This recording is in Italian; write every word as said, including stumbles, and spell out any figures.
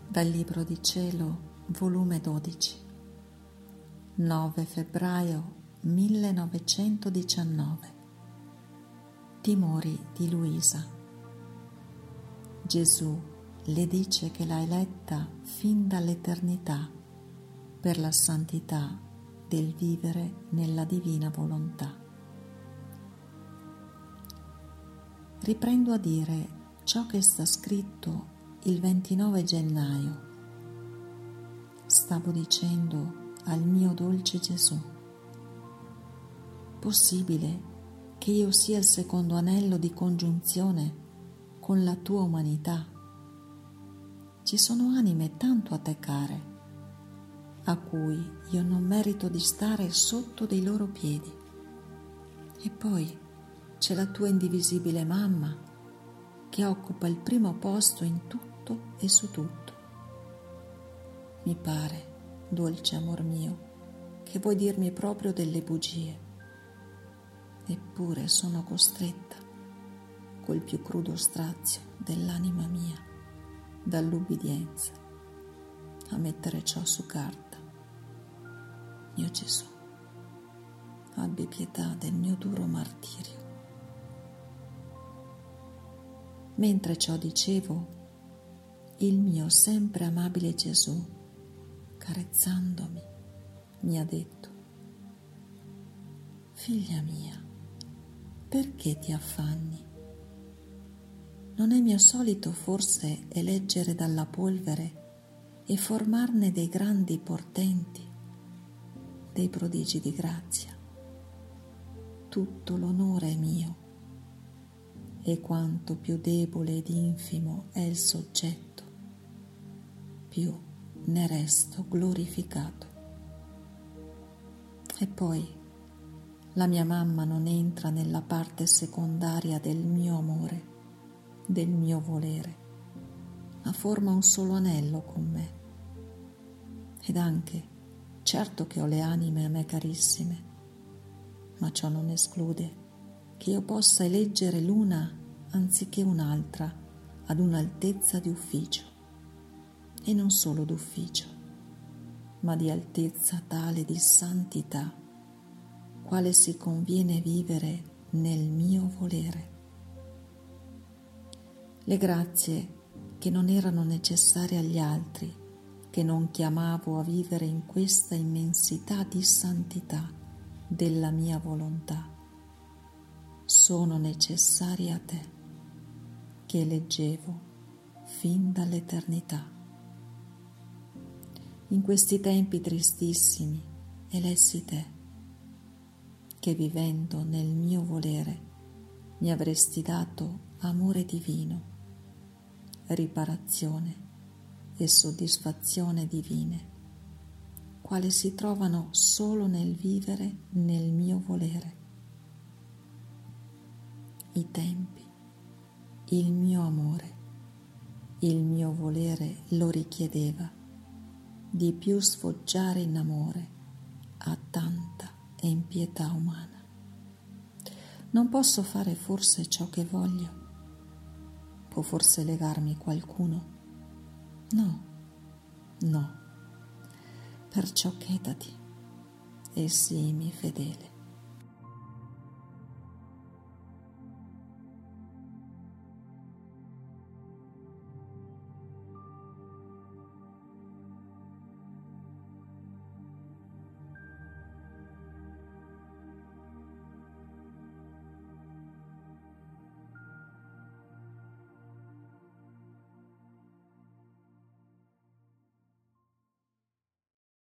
Dal Libro di Cielo, volume dodici, nove febbraio millenovecentodiciannove. Timori di Luisa. Gesù le dice che l'ha eletta fin dall'eternità per la santità del vivere nella divina volontà. Riprendo a dire ciò che sta scritto il ventinove gennaio. Stavo dicendo al mio dolce Gesù: possibile che io sia il secondo anello di congiunzione con la tua umanità? Ci sono anime tanto a te care, a cui io non merito di stare sotto dei loro piedi. E poi c'è la tua indivisibile mamma, che occupa il primo posto in tutto e su tutto. Mi pare, dolce amor mio, che vuoi dirmi proprio delle bugie. Eppure sono costretta, col più crudo strazio dell'anima mia, dall'ubbidienza, a mettere ciò su carta. Mio Gesù, abbi pietà del mio duro martirio. Mentre ciò dicevo, il mio sempre amabile Gesù, carezzandomi, mi ha detto: figlia mia, perché ti affanni? Non è mio solito forse eleggere dalla polvere e formarne dei grandi portenti, dei prodigi di grazia? Tutto l'onore è mio, e quanto più debole ed infimo è il soggetto, più ne resto glorificato. E poi la mia mamma non entra nella parte secondaria del mio amore, del mio volere, ma forma un solo anello con me. Ed anche, certo che ho le anime a me carissime, ma ciò non esclude che io possa eleggere l'una anziché un'altra ad un'altezza di ufficio, e non solo d'ufficio, ma di altezza tale di santità, quale si conviene vivere nel mio volere. Le grazie che non erano necessarie agli altri, che non chiamavo a vivere in questa immensità di santità della mia volontà, sono necessarie a te, che eleggevo fin dall'eternità. In questi tempi tristissimi elessi te, che vivendo nel mio volere mi avresti dato amore divino, riparazione e soddisfazione divine, quali si trovano solo nel vivere nel mio volere. I tempi, il mio amore, il mio volere lo richiedeva, di più sfoggiare in amore a tanta impietà umana. Non posso fare forse ciò che voglio? Può forse legarmi qualcuno? No, no. Perciò chetati e sii fedele.